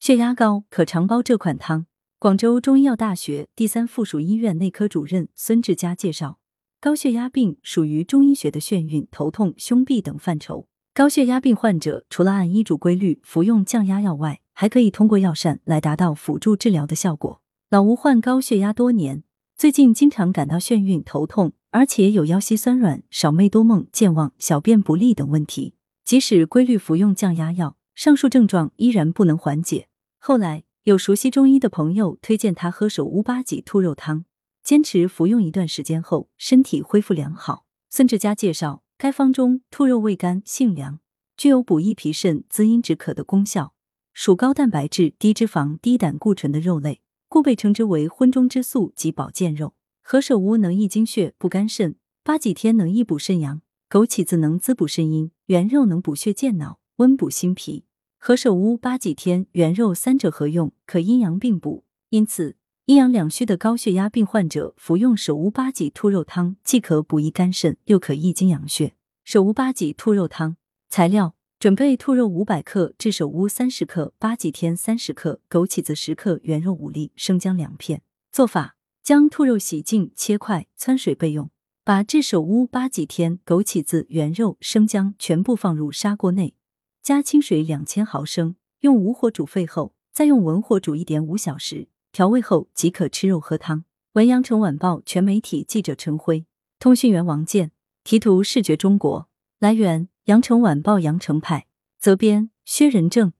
血压高可常煲这款汤。广州中医药大学第3附属医院内科主任孙志佳介绍，高血压病属于中医学的眩晕、头痛、胸痹等范畴。高血压病患者除了按医嘱规律服用降压药外，还可以通过药膳来达到辅助治疗的效果。老吴患高血压多年，最近经常感到眩晕、头痛，而且有腰膝酸软、少寐多梦、健忘、小便不利等问题。即使规律服用降压药，上述症状依然不能缓解。后来有熟悉中医的朋友推荐他喝手乌八戟兔肉汤，坚持服用一段时间后，身体恢复良好。孙志佳介绍，该方中兔肉味甘性凉，具有补益脾肾、滋阴止渴的功效，属高蛋白质、低脂肪、低胆固醇的肉类，故被称之为荤中之素及保健肉。何首乌能益精血、不肝肾，八戟天能益补肾阳，枸杞子能滋补肾阴，圆肉能补血健脑、温补心脾。何首乌、八戟天、圆肉三者合用，可阴阳并补。因此，阴阳两虚的高血压病患者服用手乌八戟兔肉汤，既可补益肝肾，又可益精养血。手乌八戟兔肉汤材料：准备兔肉500克至手乌30克、八戟天30克、枸杞子10克、圆肉5粒、生姜2片。做法：将兔肉洗净切块，汆水备用。把炙手乌、八戟天、枸杞子、圆肉、生姜全部放入砂锅内，加清水2000毫升，用无火煮沸后，再用文火煮 1.5 小时，调味后即可吃肉喝汤。文阳城晚报全媒体记者陈辉，通讯员王健，题图视觉中国。来源：羊城晚报羊城派，责编：薛仁正。